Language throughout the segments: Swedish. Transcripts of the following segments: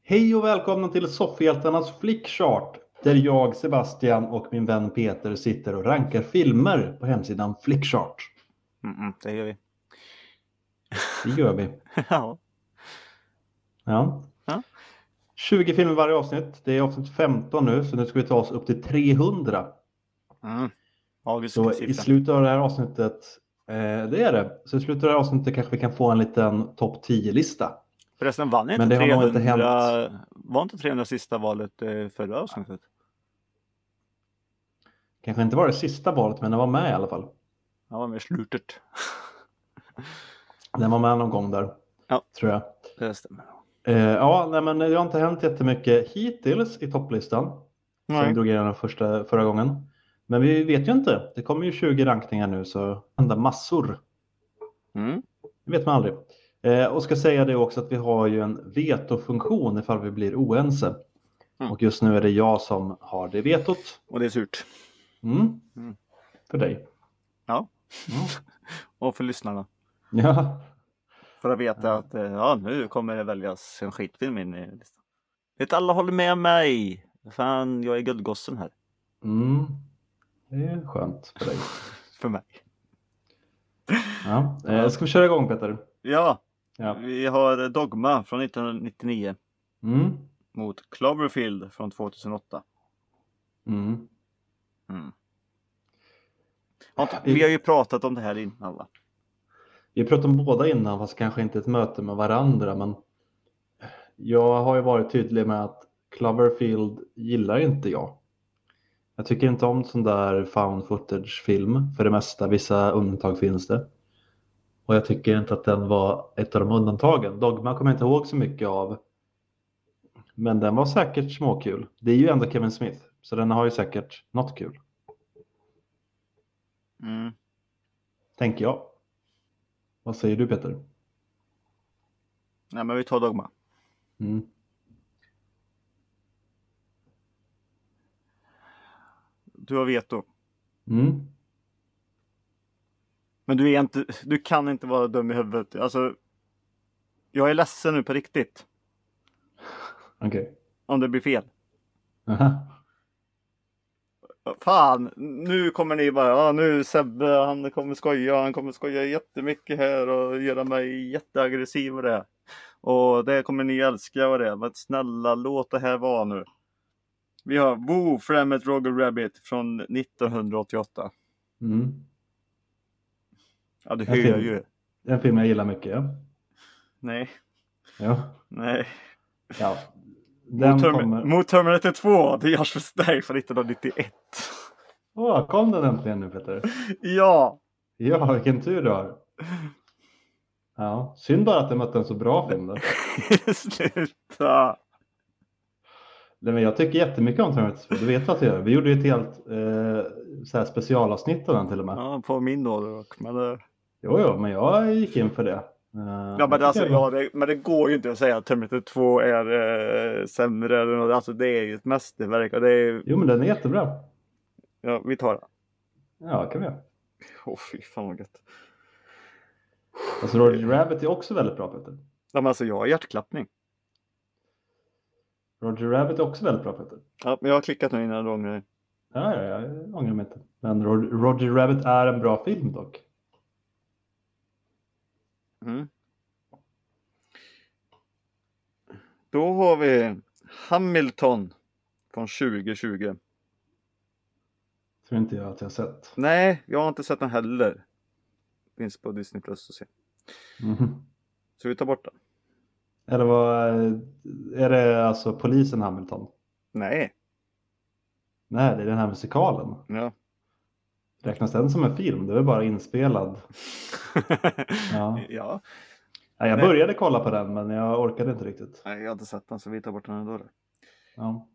Hej och välkomna till Soffhjältarnas Flickchart, där jag, Sebastian och min vän Peter sitter och rankar filmer på hemsidan Flickchart. Det gör vi. Det gör vi. Ja. Ja. Ja. 20 filmer varje avsnitt. Det är avsnitt 15 nu, så nu ska vi ta oss upp till 300. Så i slutet av det här avsnittet, det är det. Så i slutet av det här avsnittet kanske vi kan få en liten topp 10-lista. Förresten vann inte Men det har nog 300, inte hänt. var inte 300 sista valet förra avsnittet? Kanske inte var det sista valet, men det var med i alla fall. Ja, var med i slutet. Den var med någon gång där, Ja, tror jag. det stämmer. Men det har inte hänt jättemycket hittills i topplistan. Som vi drog igenom förra gången. Men vi vet ju inte. Det kommer ju 20 rankningar nu, så hända massor. Det vet man aldrig. Och ska säga det också att vi har ju en vetofunktion ifall vi blir oense. Och just nu är det jag som har det vetot. Och det är surt. För dig. Ja. Och för lyssnarna. Ja. För att veta att nu kommer det väljas en skitfilm in i listan. Vet alla håller med mig. Fan, jag är guldgossen här. Det är skönt för dig. För mig. Ja. Ska vi köra igång, Peter? Ja. Vi har Dogma från 1999. Mot Cloverfield från 2008. Vi har ju pratat om det här innan, va? Vi har pratat om båda innan, fast kanske inte ett möte med varandra. Men jag har ju varit tydlig med att Cloverfield gillar inte jag. Jag tycker inte om sån där found footage-film för det mesta. Vissa undantag finns det. Och jag tycker inte att den var ett av de undantagen. Dogma kommer jag inte ihåg så mycket av. Men den var säkert småkul. Det är ju ändå Kevin Smith. Så den har ju säkert något kul. Tänker jag. Vad säger du, Peter? Nej, men vi tar Dogma. Du har veto. Men du kan inte vara dum i huvudet. Alltså, jag är ledsen nu på riktigt. Okej. Om det blir fel. Fan, nu kommer ni bara, nu Sebbe, han kommer skoja jättemycket här och göra mig jätteaggressiv och det. Och det kommer ni älska och det. Men snälla, låt det här vara nu. Vi har Who Framed Roger Rabbit från 1988. Ja, du hör ju. En film jag gillar mycket, ja. Nej. Ja. Nej. Ja. Mot Terminator 2, det görs för dig från 1991. Kom den äntligen nu, Peter? Ja. Ja, vilken tur du har. Ja, synd bara att jag mötte en så bra film där. Sluta. Nej, men jag tycker jättemycket om Terminator 2. Du vet vad jag gör. Vi gjorde ju ett helt så här specialavsnitt av den till och med. Ja, på min då. Men Jo, men jag gick in för det. Ja, men alltså, men det går ju inte att säga att Terminator 2 är sämre eller något. Alltså, det är ju ett mästerverk. Och det är... Jo, men den är jättebra. Ja, vi tar det. Ja, kan vi göra. Fy fan vad gött. Alltså, Roger Rabbit är också väldigt bra, Peter. Ja, men alltså, jag har hjärtklappning. Roger Rabbit är också väldigt bra, Peter. Ja, men jag har klickat nu innan du ångrar dig. Ja, jag ångrar mig inte. Men Roger Rabbit är en bra film dock. Då har vi Hamilton från 2020. Tror inte jag att jag har sett. Nej, jag har inte sett den heller. Finns på Disney Plus att se. Så vi tar bort den. Eller är det alltså polisen Hamilton? Nej, det är den här musikalen. Ja. Räknas den som en film? Det är bara inspelad. Ja. Nej, jag började kolla på den, men jag orkade inte riktigt. Nej, jag har inte sett den, så vi tar bort den ändå. Ja.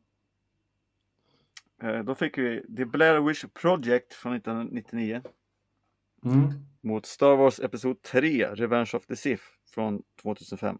Då fick vi The Blair Witch Project från 1999. Mot Star Wars Episod 3, Revenge of the Sith från 2005.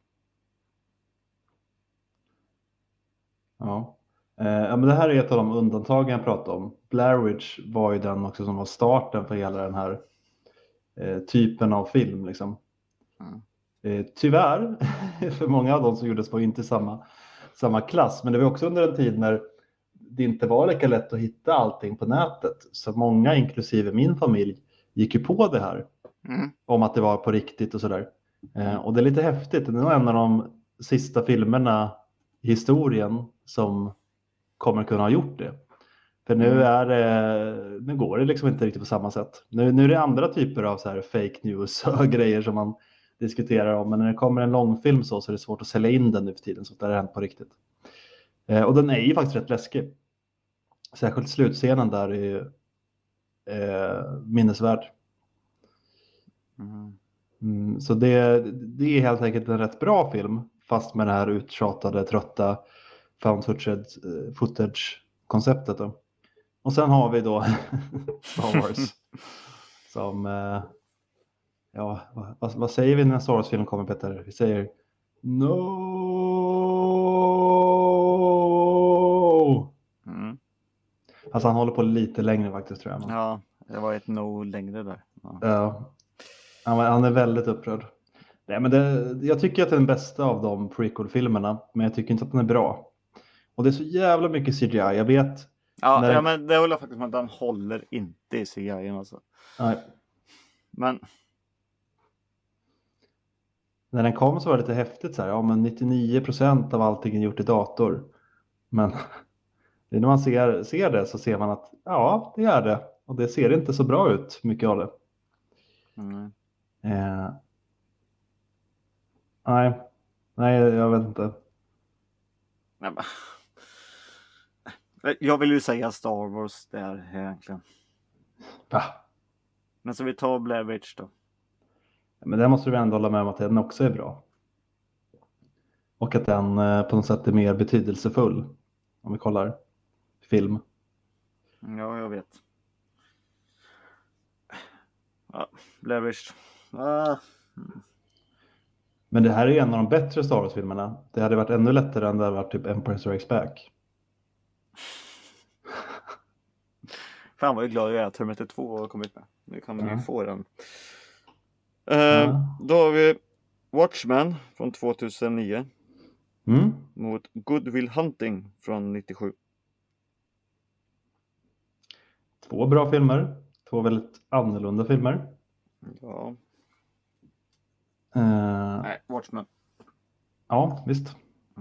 Ja. Men det här är ett av de undantagen jag pratade om. Blair Witch var ju den också som var starten för hela den här typen av film liksom. Tyvärr, för många av dem som gjordes var inte samma samma klass. Men det var också under en tid när det inte var lika lätt att hitta allting på nätet. Så många, inklusive min familj, gick ju på det här. Om att det var på riktigt och sådär. Och det är lite häftigt. Det är nog en av de sista filmerna i historien som kommer kunna ha gjort det. För nu går det liksom inte riktigt på samma sätt. Nu är det andra typer av så här fake news och grejer som man diskuterar om. Men när det kommer en långfilm så är det svårt att sälja in den nu för tiden. Så det är hänt på riktigt. Och den är ju faktiskt rätt läskig. Särskilt slutscenen där är minnesvärd. Så det är helt enkelt en rätt bra film. Fast med det här uttjatade, trötta found footage-konceptet då. Och sen har vi då Star Wars. Som, vad säger vi när Star Wars-film kommer, Peter? Vi säger no! Alltså han håller på lite längre faktiskt, tror jag. Ja, det var ett no längre där. Ja. Han är väldigt upprörd. Nej, men jag tycker att det är den bästa av de prequel-filmerna. Men jag tycker inte att den är bra. Och det är så jävla mycket CGI, jag vet. Ja, men det håller faktiskt med att den håller inte i CGI alltså. Nej. Men när den kom så var det lite häftigt så här. Ja, men 99% av allting är gjort i dator. Men det är när man ser det så ser man att ja, det är det. Och det ser inte så bra ut, mycket av det. Nej, jag vet inte. Jag vill ju säga Star Wars där egentligen. Va? Men så vi tar Blair Witch då. Men det måste vi ändå hålla med om att den också är bra. Och att den på något sätt är mer betydelsefull. Om vi kollar film. Ja, jag vet. Ja, Blair Witch. Men det här är en av de bättre Star Wars-filmerna. Det hade varit ännu lättare än det hade varit typ Empire Strikes Back. Fan vad jag glad jag är att Terminator 2 har kommit med. Nu kan man ju få den. Då har vi Watchmen från 2009. Mot Good Will Hunting från 97. Två bra filmer. Två väldigt annorlunda filmer. Ja. Nej, Watchmen. Ja, visst.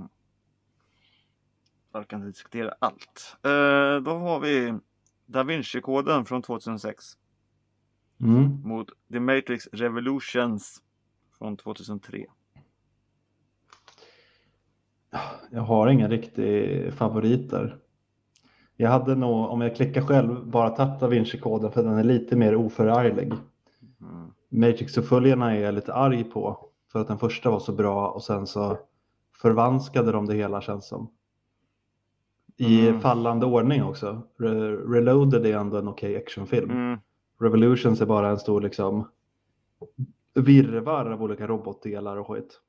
Jag kan inte diskutera allt. Då har vi Da Vinci-koden från 2006. Mot The Matrix Revolutions från 2003. Jag har ingen riktig favoriter. Jag hade nog, om jag klickar själv, bara tagit Da Vinci-koden för den är lite mer oförarglig. Matrix-uppföljarna är jag lite arg på. För att den första var så bra och sen så förvanskade de det hela, känns som. I fallande ordning också. Reloaded är ändå en okej actionfilm. Revolutions är bara en stor liksom virrvarr av olika robotdelar och skit.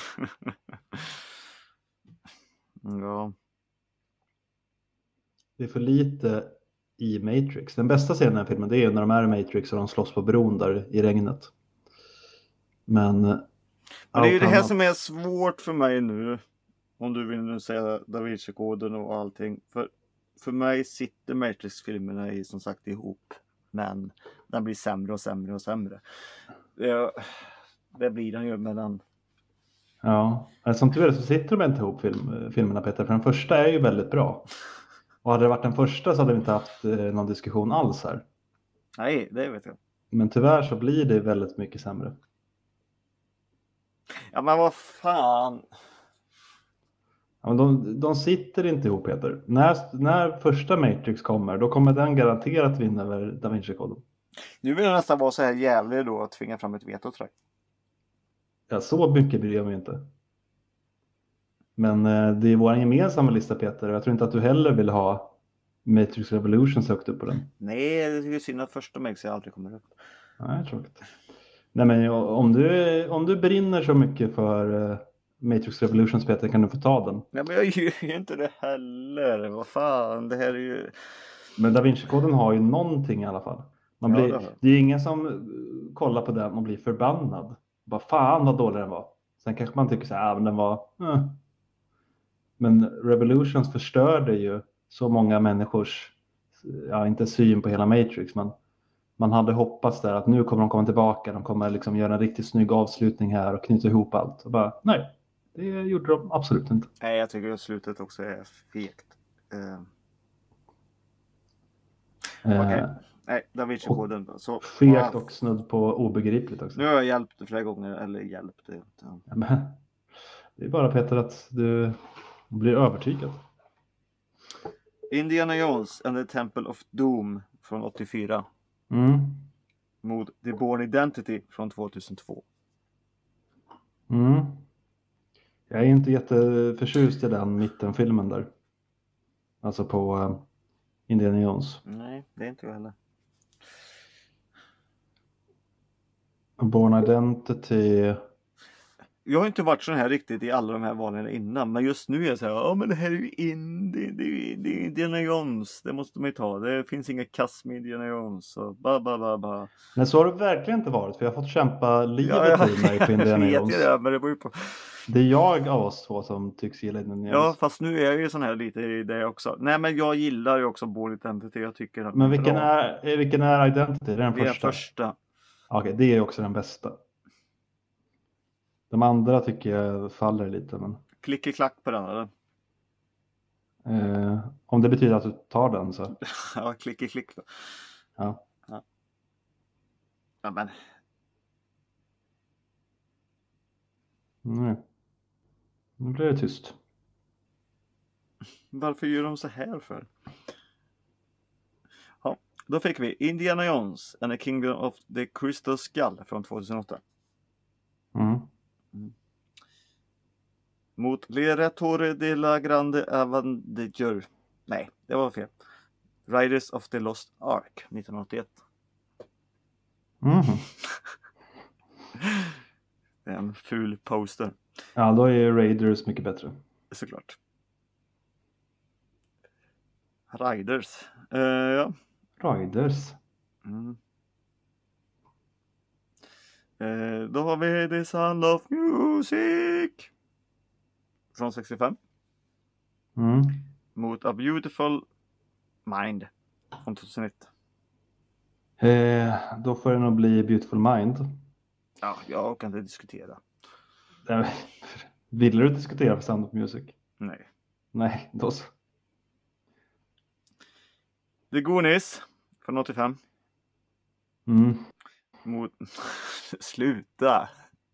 Ja. Det är för lite i Matrix. Den bästa scenen i filmen, det är när de är i Matrix och de slåss på bron där i regnet. Men det är ju det här som är svårt för mig nu. Om du vill nu säga Da Vinci-koden och allting. För mig sitter Matrix-filmerna som sagt ihop. Men den blir sämre och sämre och sämre. Det blir den ju med den. Ja, som tur är så sitter de inte ihop filmerna, Peter. För den första är ju väldigt bra. Och hade det varit den första så hade vi inte haft någon diskussion alls här. Nej, det vet jag. Men tyvärr så blir det väldigt mycket sämre. Ja, men vad fan. Ja, men de sitter inte ihop, Peter. När första Matrix kommer, då kommer den garanterat vinna över Da Vinci-koden. Nu vill jag nästan vara så här jävlig då att tvinga fram ett veto, tror jag. Ja, så mycket bryr jag mig inte. Men det är vår gemensamma lista, Peter. Jag tror inte att du heller vill ha Matrix Revolutions högt upp på den. Nej, det är synd att första Matrix aldrig kommer upp. Nej, tråkigt. Nej, men om du brinner så mycket för Matrix Revolutions, Peter, kan du få ta den. Nej, men jag gör ju inte det heller. Vad fan, det här är ju... Men Da Vinci-koden har ju någonting i alla fall. Det är ingen som kollar på den och blir förbannad. Bara fan vad dålig den var. Sen kanske man tycker så här, men den var... Men Revolutions förstörde ju så många människors, inte syn på hela Matrix, men man hade hoppats där att nu kommer de komma tillbaka, de kommer liksom göra en riktigt snygg avslutning här och knyta ihop allt. Och bara, nej, det gjorde de absolut inte. Nej, jag tycker att slutet också är fegt. Okej. Nej, Da Vinci-koden. Så, fegt och snudd på obegripligt också. Nu har jag hjälpt det flera gånger, eller hjälpt det. Ja, men, det är bara Peter att du blir övertygad. Indiana Jones and the Temple of Doom från 84. Mot The Bourne Identity från 2002. Jag är inte jätteförtjust i den mittenfilmen där. Alltså på Indiana Jones. Nej, det är inte jag heller. Bourne Identity. Jag har inte varit så här riktigt i alla de här valen innan. Men just nu är jag så här, men det här är ju det är Indiana Jones. Det måste man ju ta. Det finns inga kass med Indiana Jones. Så ba. Men så har det verkligen inte varit. För jag har fått kämpa livet ur mig på Indiana Jones. Det, men det var ju på... Det är jag av oss två som tycks gilla Indiana Jones. Ja, fast nu är jag ju sån här lite i det också. Nej, men jag gillar ju också Bourne Identity. Jag tycker att men vilken är Identity? Det är den första? Det är första. Okej, det är också den bästa. De andra tycker jag faller lite. Men... Klick-klack på den, eller? Om det betyder att du tar den så. Ja, klick då. Ja. Ja, men. Nej. Nu blir det tyst. Varför gör de så här för? Ja, då fick vi Indiana Jones and the Kingdom of the Crystal Skull från 2008. Mot Le Retore de la Grande Avenger. Nej, det var fel. Riders of the Lost Ark 1981. Det är en ful poster. Ja, då är Raiders mycket bättre. Såklart. Riders. Ja. Riders. Då har vi The Sound of Music. Från 65. Mot A Beautiful Mind. Från 2001. Då får det nog bli Beautiful Mind. Ja, jag kan inte diskutera. Vill du diskutera för Sound of Music? Nej. Nej, då så. The Goonies från 85. Mot... Sluta!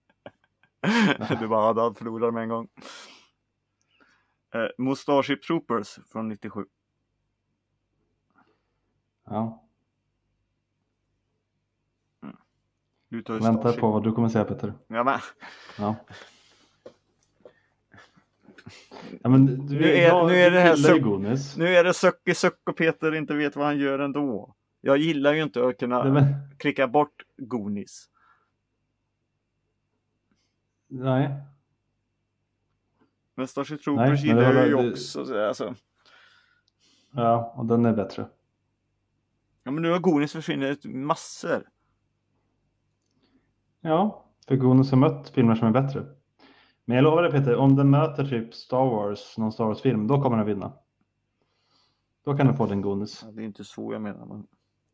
Du bara hade förlorat med en gång. Mot Starship Troopers från 97. Ja. Du tar vänta Starship. På vad du kommer säga, Peter. Ja, men. Ja, men nu är det här Goonies. Nu är det suck och Peter inte vet vad han gör ändå. Jag gillar ju inte att kunna klicka bort Goonies. Nej. Men Starship Troopers gillar jag ju också. Alltså. Ja, och den är bättre. Ja, men nu har Goonies försvunnit massor. Ja, för Goonies har mött filmer som är bättre. Men jag lovar dig Peter, om den möter typ Star Wars, någon Star Wars-film, då kommer den vinna. Då kan du få den Goonies. Ja, det är inte så jag menar. Men...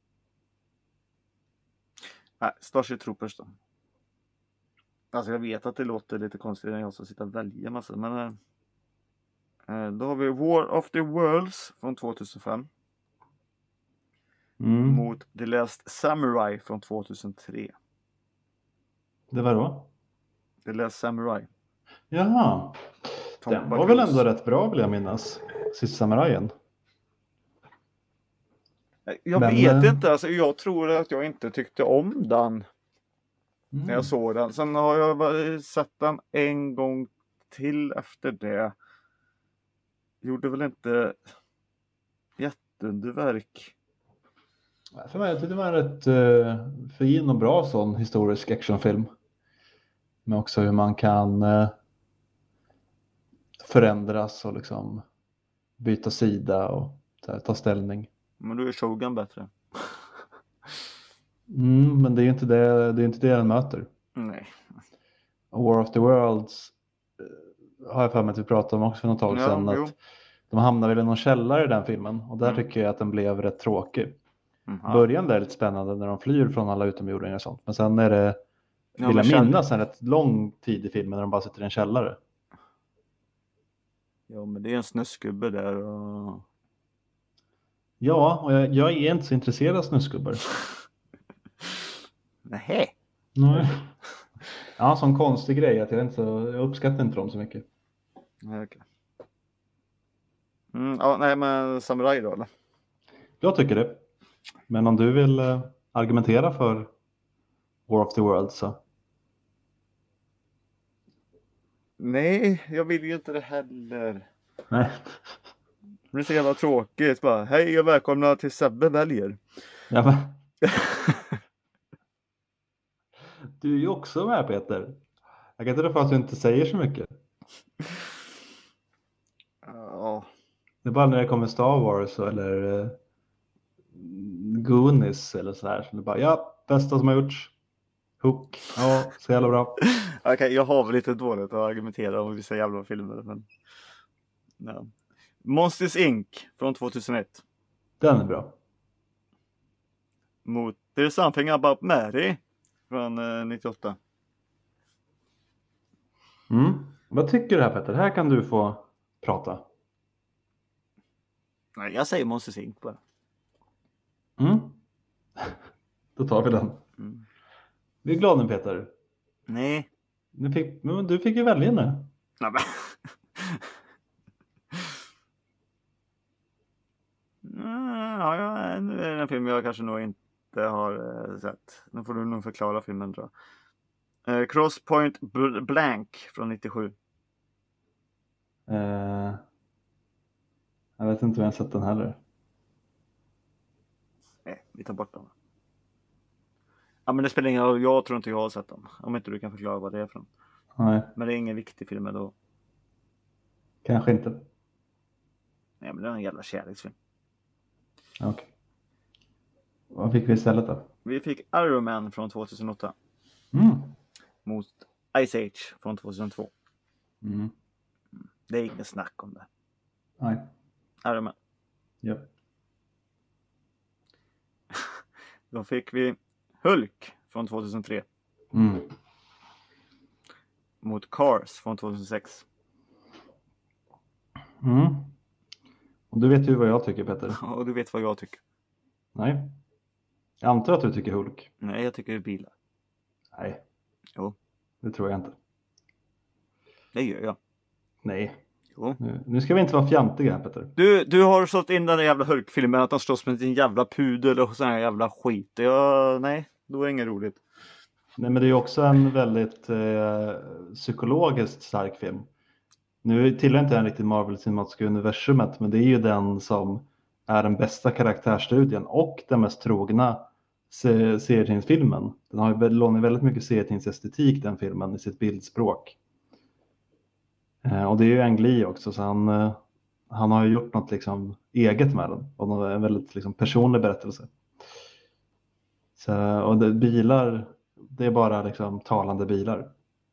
Nej, Starship Troopers då. Alltså jag vet att det låter lite konstigt när jag ska sitta och välja massa. Men då har vi War of the Worlds från 2005. Mot The Last Samurai från 2003. Det var då? The Last Samurai. Jaha. Den var väl ändå rätt bra vill jag minnas. Sista samurajen. Jag vet inte. Alltså, jag tror att jag inte tyckte om den. När jag såg den. Sen har jag sett den en gång till efter det. Gjorde väl inte jätteunderverk. För mig tyckte det var en rätt fin och bra sån historisk actionfilm. Men också hur man kan förändras och liksom byta sida och ta ställning. Men då är Shogun bättre. Men det är ju inte det den möter. Nej. War of the Worlds har jag för mig att vi pratade om också för något tag sedan. jo. Att de hamnar väl i någon källare i den filmen. Och där Mm. tycker jag att den blev rätt tråkig. Ja. Början där är lite spännande när de flyr från alla utomjordingar och sånt. Men sen är det, Ja, vill men jag minnas, en rätt lång tid i filmen när de bara sitter i en källare. Ja, men det är en snöskubbe där och... Ja, och jag är inte så intresserad av snusgubbar. Nej. Nej. Ja, sån konstig grej att jag uppskattar inte dem så mycket. Nej, okej. Ja, nej, men Samurai då, eller? Jag tycker det. Men om du vill argumentera för War of the Worlds så... Nej, jag vill ju inte det heller. Nej. Det blir så jävla tråkigt. Bara, hej och välkomna till Sebbe väljer. Ja, men... Du är ju också med, Peter. Jag kan inte rå för att du inte säger så mycket. Ja. Det är bara när det kommer Star Wars eller Goonies eller så här. Så det är bara, ja, bästa som har gjorts. Hook, ja, så jävla bra. Okej, jag har väl lite dåligt att argumentera om vissa jävla filmer. Men... Ja. Monsters Inc. från 2001. Den är bra. Mot There's Something About Mary från 98. Vad tycker du här, Peter? Här kan du få prata. Nej, jag säger Monsters Inc. bara. Då tar vi den. Vi är glada nu, Peter. Nej. Men du fick ju välja nu. Nej, men... Ja, nu är det en film jag kanske nog inte har sett. Nu får du nog förklara filmen då. Cross Point Blank från 97. Jag vet inte om jag har sett den heller. Nej, vi tar bort den. Ja, men det spelar ingen roll. Jag tror inte jag har sett den. Om inte du kan förklara vad det är från. Nej. Men det är ingen viktig film då. Kanske inte. Nej, men det är en jävla kärleksfilm. Okej. Vad fick vi istället då? Vi fick Iron Man från 2008. Mot Ice Age från 2002. Det är inget snack om det. Nej. Iron Man. Ja. Då fick vi Hulk från 2003. Mot Cars från 2006. Och du vet ju vad jag tycker, Peter. Och du vet vad jag tycker. Nej. Jag antar att du tycker Hulk. Nej, jag tycker bilar. Nej. Jo. Det tror jag inte. Det gör jag. Nej. Jo. Nu ska vi inte vara fjantiga, Peter. Du har sått in den där jävla Hulk-filmen att de slåss med sin jävla pudel och sån här jävla skit. Nej, då är det inget roligt. Nej, men det är också en väldigt psykologiskt stark film. Nu tillhör inte den riktigt Marvel cinematiska universumet, men det är ju den som är den bästa karaktärsstudien och den mest trogna serietidningsfilmen. Den har ju lånat väldigt mycket serietidningsestetik, den filmen, i sitt bildspråk. Och det är ju Ang Lee också, så han har ju gjort något liksom eget med den. Och en väldigt liksom personlig berättelse. Så, och bilar, det är bara liksom talande bilar.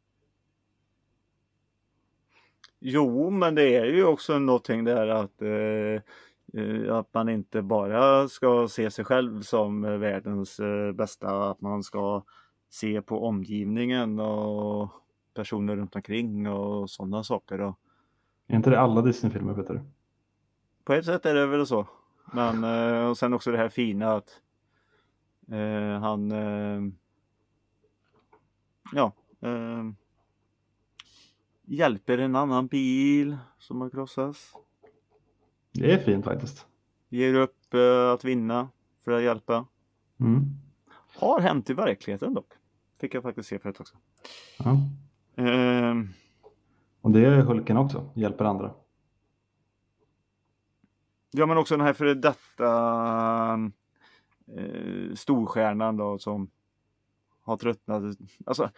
Jo, men det är ju också någonting där att man inte bara ska se sig själv som världens bästa. Att man ska se på omgivningen och personer runt omkring och sådana saker. Är inte det alla Disney-filmer, Peter? På ett sätt är det väl så. Men och sen också det här fina att han hjälper en annan bil som har krossats. Det är fint faktiskt. Ger upp att vinna för att hjälpa. Har hänt i verkligheten dock. Fick jag faktiskt se för ett tag sedan. Ja. Och det är Hulken också. Hjälper andra. Ja, men också den här för detta storstjärnan då som har tröttnat. Alltså,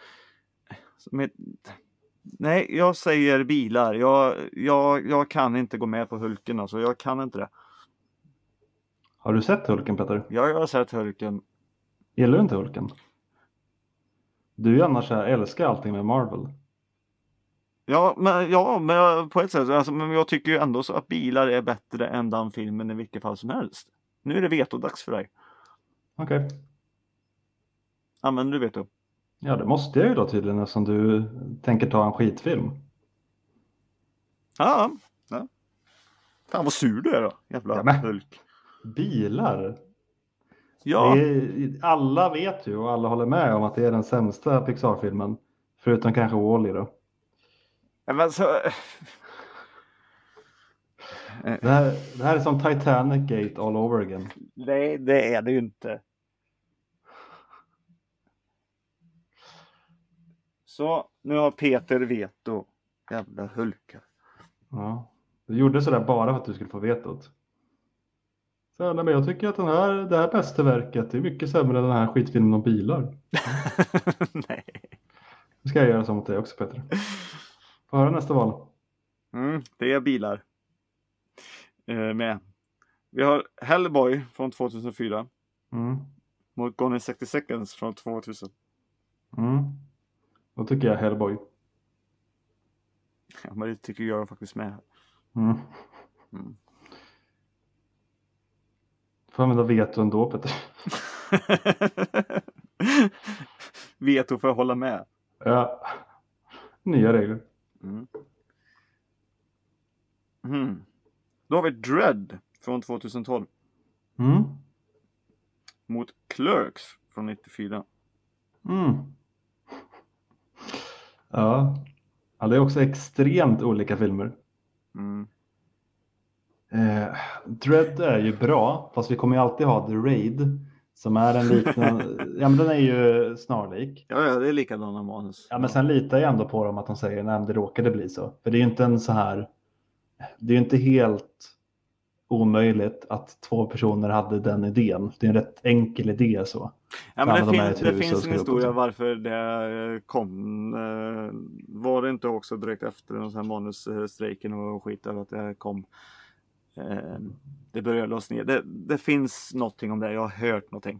nej, jag säger bilar. Jag kan inte gå med på Hulken. Alltså, jag kan inte det. Har du sett Hulken, Peter? Ja, jag har sett Hulken. Gillar du inte Hulken? Du är ju annars älskar allting med Marvel. Men på ett sätt. Alltså, men jag tycker ju ändå så att bilar är bättre än den filmen i vilket fall som helst. Nu är det vetodags för dig. Okej. Använder du veto? Ja, det måste jag ju då tydligen eftersom du tänker ta en skitfilm. Ja. Fan vad sur du är då, jävla Ja, men Hulk. bilar. Ja, Alla vet ju och alla håller med om att det är den sämsta Pixar-filmen. Förutom kanske Wall-E då. men så... Det här är som Titanic Gate all over again. Nej, det är det ju inte. Så, nu har Peter veto. Jävla Hulk. Ja. Du gjorde sådär bara för att du skulle få vetot. Så, nej, men jag tycker att det här mästerverket är mycket sämre än den här skitfilmen om bilar. Nej. Nu ska jag göra så mot dig också, Peter. Få höra nästa val. Det är bilar. Med. Vi har Hellboy från 2004. Mm. Mot Gone in 60 Seconds från 2000. Då tycker jag Hellboy. Ja, men det tycker jag faktiskt med. Mm. Får använda veto ändå, Peter. Veto för att hålla med. Ja. Nya regler. Då har vi Dread från 2012. Mot Clerks från 94. Ja. Det är också extremt olika filmer. Dread är ju bra, fast vi kommer ju alltid ha The Raid. Som är en liknande, ja men den är ju snarlik. Ja, det är likadana manus. Ja, men sen litar jag ändå på dem att de säger nej, det råkade bli så. För det är ju inte en så här, det är ju inte helt omöjligt att två personer hade den idén. Det är en rätt enkel idé så. Ja, men det finns en historia varför det kom. Var det inte också direkt efter den här manusstrejken och skit att det kom. Det började lås ner. Det finns någonting om det. Jag har hört någonting.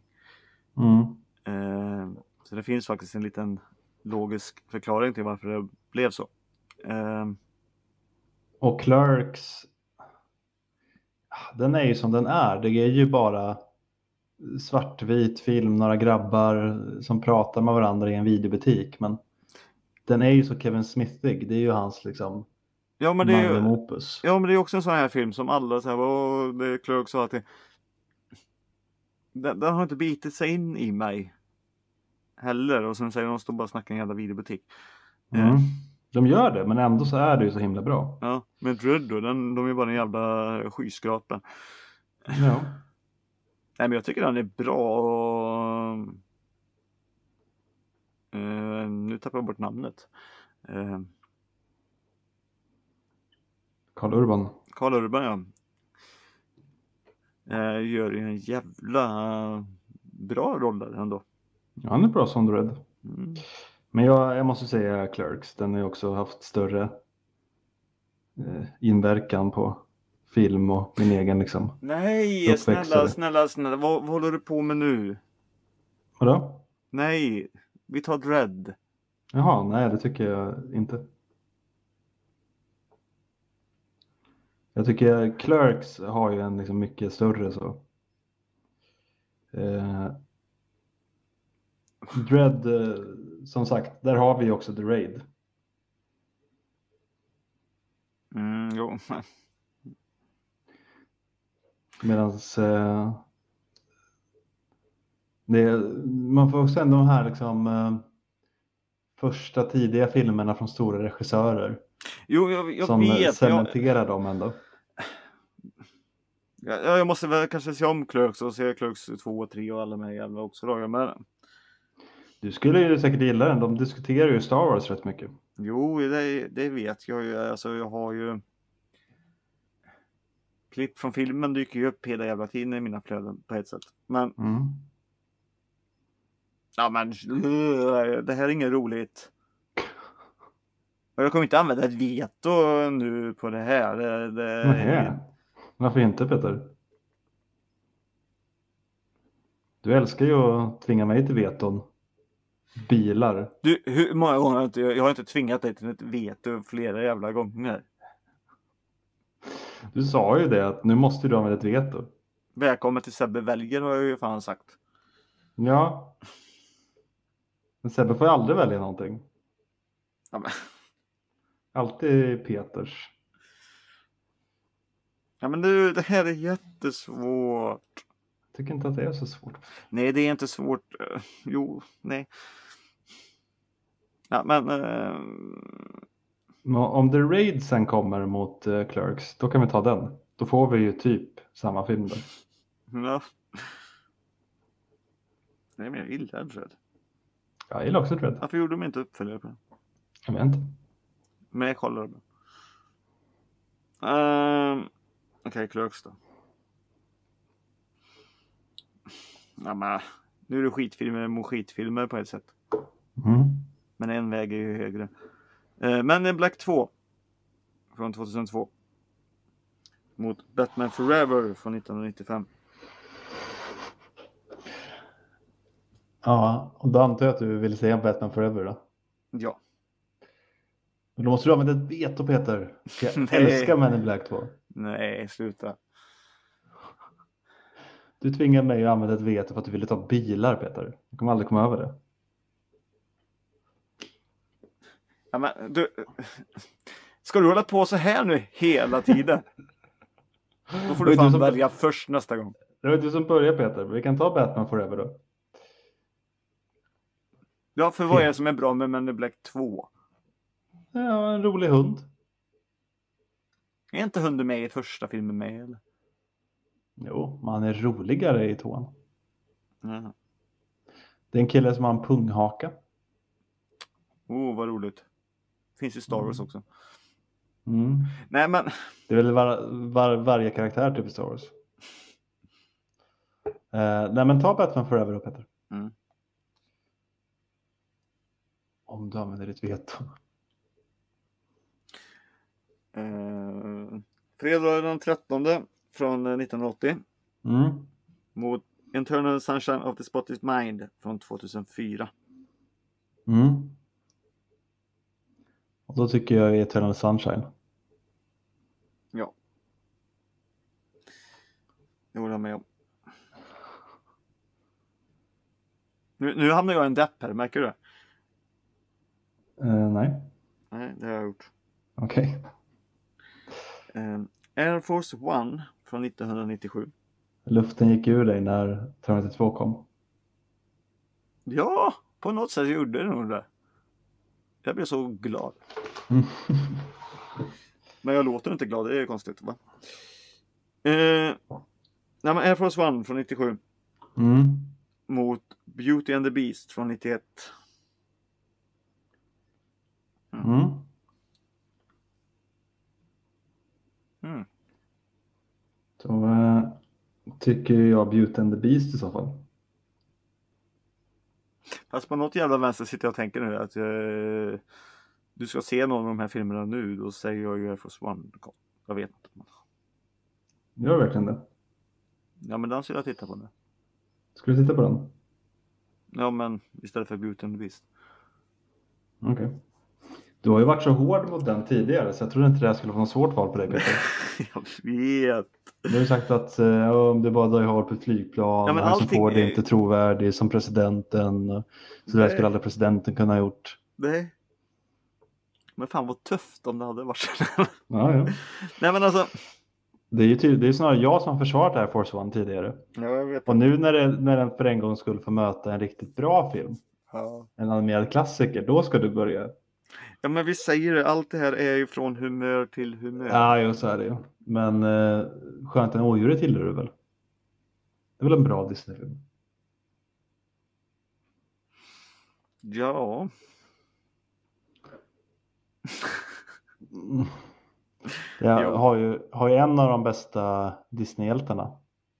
Så det finns faktiskt en liten logisk förklaring till varför det blev så. Och Clerks, den är ju som den är. Det är ju bara svartvit film, några grabbar som pratar med varandra i en videobutik. Men den är ju så Kevin Smithig. Det är ju hans liksom magnum opus. Ja, men det är också en sån här film som alla så här, det är Clerks och allting. Den har inte bitit sig in i mig heller. Och sen säger de står bara och snackar i en jävla videobutik. De gör det, men ändå så är det ju så himla bra. Ja, men Dread då, de är bara en jävla skyskrapa. Ja. Nej, men jag tycker den är bra och... nu tappar jag bort namnet. Karl Urban. Karl Urban, ja. Gör ju en jävla bra roll där ändå. Ja, han är bra som Dread. Men jag måste säga Clerks. Den har ju också haft större inverkan på film och min egen liksom. Nej, snälla. Vad håller du på med nu? Vadå? Nej, vi tar Dread. Jaha, nej det tycker jag inte. Jag tycker Clerks har ju en liksom mycket större så. Dread, som sagt, där har vi också The Raid. Jo. Medans man får också ändå de här liksom första tidiga filmerna från stora regissörer. Jo, jag som vet. Cementerar dem ändå. Jag måste väl kanske se om Clerks och se Clerks 2 och 3 och alla med jävla också då. Men... Du skulle ju säkert gilla den. De diskuterar ju Star Wars rätt mycket. Jo, det vet jag ju. Alltså, jag har ju... Klipp från filmen dyker ju upp hela jävla tiden i mina flöden på ett sätt. Men... Ja, men... Det här är inget roligt. Och jag kommer inte använda ett veto nu på det här. Nej. Varför inte, Peter? Du älskar ju att tvinga mig till veton. bilar. Du, hur många gånger har jag har inte tvingat dig till ett veto flera jävla gånger. Du sa ju det att nu måste du använda ett veto. Välkommen till Sebbe väljer har jag ju fan sagt. Ja. Men Sebbe får ju aldrig välja någonting. Ja, men, Alltid Peters. ja, men du, det här är jättesvårt. Jag tycker inte att det är så svårt. Nej, det är inte svårt. Jo, nej. Ja, men... Men om The Raid sen kommer mot Clerks, då kan vi ta den. Då får vi ju typ samma film där. ja. Nej, men jag gillar Dredd. Jag gillar också Dredd. Varför gjorde de inte uppföljare på den? Jag vet inte. Men jag kollar på. Okej, Clerks då. Ja, men, nu är det skitfilmer mot skitfilmer på ett sätt. Mm. Men en väg är ju högre. Men en Black 2 från 2002 mot Batman Forever från 1995. Ja, och då antar jag att du vill säga Batman Forever då. Ja. Men då måste du använda ett veto, Peter. Jag Nej. älskar Men in Black 2. Nej, sluta. Du tvingar mig att använda ett veto för att du ville ta bilar, Peter. Jag kommer aldrig komma över det. Ja, men du... Ska du hålla på så här nu hela tiden? Då får du fan välja först nästa gång. Det var du som började, Peter. Vi kan ta Batman Forever då. Ja, för vad är det som är bra med Men in Black 2? Ja, en rolig hund. Är inte hunden med i första filmen med, eller? Jo, man är roligare i tån. Ja. Det är en kille som har en punghaka. Oh, vad roligt. Finns i Star Wars också. Mm. Nej, men... Det är väl varje karaktär typ i Star Wars. Nej, men ta Batman Forever då, Peter. Mm. Om du använder ditt veto. Fredag den 13 från 1980 Mm. mot Eternal Sunshine of the Spotless Mind från 2004. Mm. Och då tycker jag Eternal Sunshine. Ja. Det håller jag med om. Nu hamnar jag i en depp här, märker du det? Nej. Nej, det har jag gjort. Okej. Air Force One från 1997. Luften gick ur dig när Terminator 2 kom. Ja, på något sätt gjorde det nog det. Jag blev så glad. Mm. Men jag låter inte glad, det är konstigt, va? Nej, men Air Force One från 97 Mm. mot Beauty and the Beast från 91. Mm. Mm. Då tycker jag Beauty and the Beast i så fall. Fast på något jävla vänster sitter jag och tänker nu att du ska se någon av de här filmerna nu, då säger jag ju Air Force One. Jag vet inte. Gör verkligen det. Ja, men den ska jag titta på nu. Ska du titta på den? Ja, men istället för Beauty and the Beast. Okej. Du har ju varit så hård mot den tidigare så jag trodde inte det här skulle få något svårt val på dig, Peter. Jag vet. Du har ju sagt att om det bara Die Hard på ett flygplan, Ja, men Harrison allting Ford är är- inte trovärdig som presidenten. Så det här skulle aldrig presidenten kunna ha gjort. Nej. Men fan vad tufft om det hade varit så. Ja, ja. Nej, men alltså. Det är ju det är snarare jag som försvarat Air Force One tidigare. Ja, jag vet. Och nu när den för en gång skulle få möta en riktigt bra film, Ja. en animerad klassiker, då ska du börja. Ja, men vi säger det. Allt det här är ju från humör till humör. Ja, jo, så är det ju. Men Skönt en odjuret tillhör du väl? Det är väl en bra Disney-film? Ja. Jag Jo. har ju en av de bästa Disney-hjältarna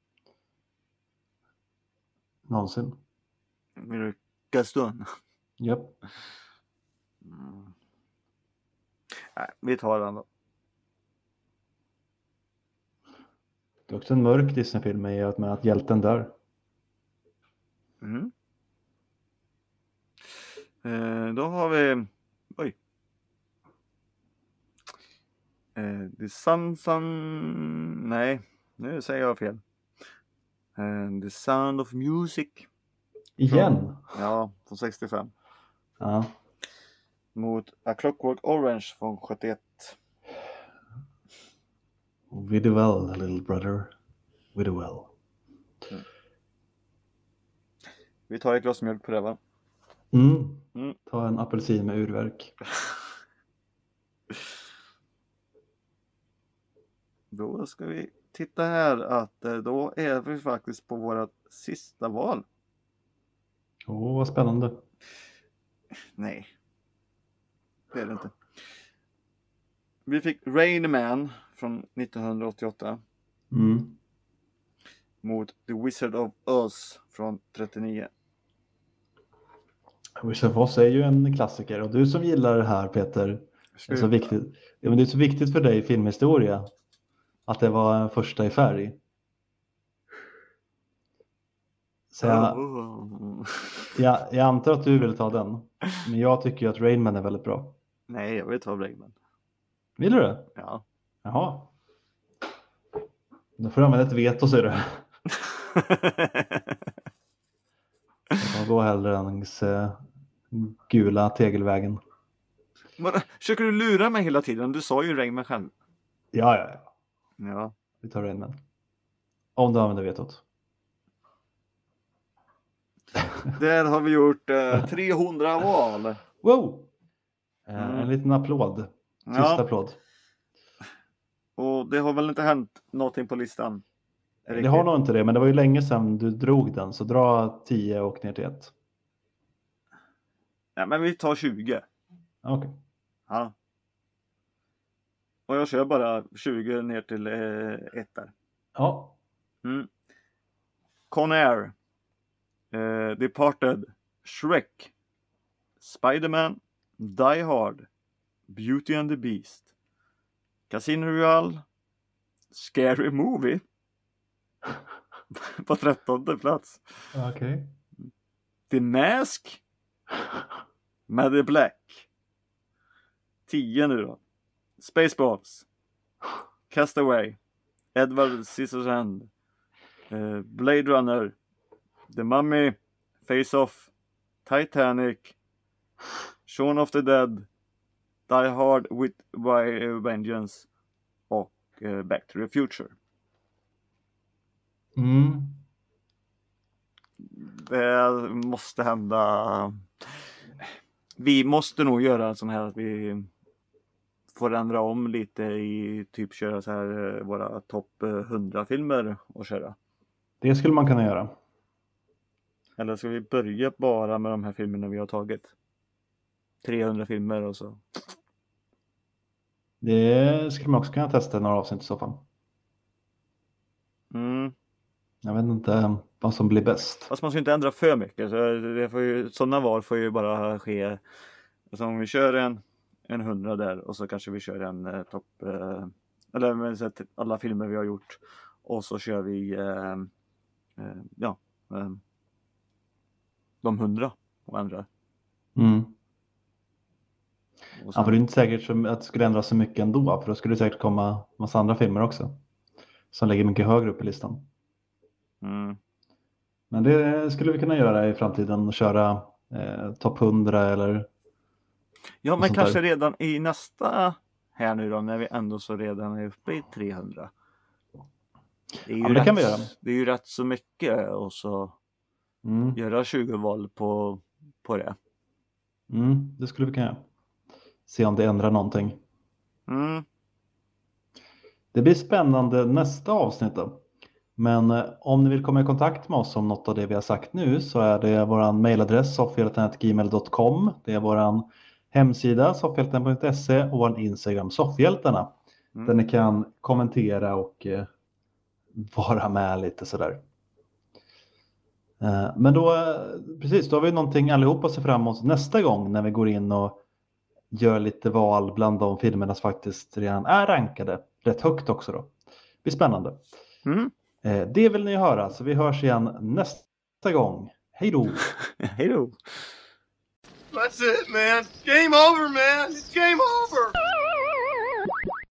någonsin. Gaston. Japp. Nej, vi tar den då. Det är också en mörk Disney-film i och med att hjälten dör. Mm. Då har vi... Oj. The Sun... Nej, nu säger jag fel. The Sound of Music. Igen? Ja, från 65. Ja. Mot A Clockwork Orange från 71. We do well, little brother. We do well. Vi tar ett glas mjölk på det, va? Ta en apelsin med urverk. Då ska vi titta här att då är vi faktiskt på våra sista val. Vad spännande. Nej, det är det inte. Vi fick Rain Man från 1988 mot The Wizard of Oz från 39. Wizard of Oz är ju en klassiker, och du som gillar det här, Peter, är så viktigt. Ja, men det är så viktigt för dig i filmhistoria att det var en första i färg. Så jag antar att du vill ta den, men jag tycker ju att Rain Man är väldigt bra. Nej, jag vill ta Rain Man. Vill du det? Ja. Jaha. Då får du använda ett veto, säger du. Jag går hellre längs gula tegelvägen. Försöker du lura mig hela tiden? Du sa ju Rain Man själv. Ja. Ja. Vi tar Rain Man. Om du använder vetot. Där har vi gjort 300 val. Wow! En liten applåd. Tyst applåd. Och det har väl inte hänt någonting på listan? Det har nog inte det, men det var ju länge sedan du drog den. Så dra 10 och ner till 1. Ja, men vi tar 20. Okej. Ja. Och jag kör bara 20 ner till 1 där. Ja. Con Air. Departed. Shrek. Spider-Man. Die Hard. Beauty and the Beast. Casino Royale. Scary Movie. På 13:e plats. Okej. The Mask. Med the Black. 10 nu då. Spaceballs. Castaway. Edward Scissorhands. Blade Runner. The Mummy. Face Off. Titanic. Shaun of the Dead. Die Hard with Vengeance. Och Back to the Future. Det måste hända. Vi måste nog göra en sån här att vi får ändra om lite i typ köra så här våra topp 100 filmer och köra. Det skulle man kunna göra. Eller ska vi börja bara med de här filmerna vi har tagit? 300 filmer och så. Det skulle man också kunna testa några avsnitt i så fall. Jag vet inte vad som blir bäst. Fast man ska inte ändra för mycket. Så det får ju, sådana val får ju bara ske. Alltså om vi kör en 100 där och så kanske vi kör en topp. Eller med alla filmer vi har gjort. Och så kör vi de 100 och ändrar. Och Ja, för det är inte säkert att det skulle ändras så mycket ändå. För då skulle det säkert komma massa andra filmer också. Som ligger mycket högre upp i listan. Men det skulle vi kunna göra i framtiden. Köra topp 100 eller... Ja, men kanske redan i nästa här nu då. När vi ändå så redan är uppe i 300. Det är ju det kan vi göra. Det är ju rätt så mycket. Och så göra 20 val på det. Det skulle vi kunna göra. Se om det ändrar någonting. Det blir spännande nästa avsnitt då. Men om ni vill komma i kontakt med oss om något av det vi har sagt nu så är det våran mailadress soffhjältarna@gmail.com. Det är våran hemsida soffhjältarna.se och våran Instagram soffhjältarna. Där ni kan kommentera och vara med lite sådär. Men då, precis, då har vi någonting allihopa att se fram emot nästa gång när vi går in och gör lite val bland de filmerna som faktiskt redan är rankade rätt högt också då. Det blir spännande. Det vill ni höra, så vi hörs igen nästa gång. Hej då! Hej då! That's it, man. Game over, man. It's game over.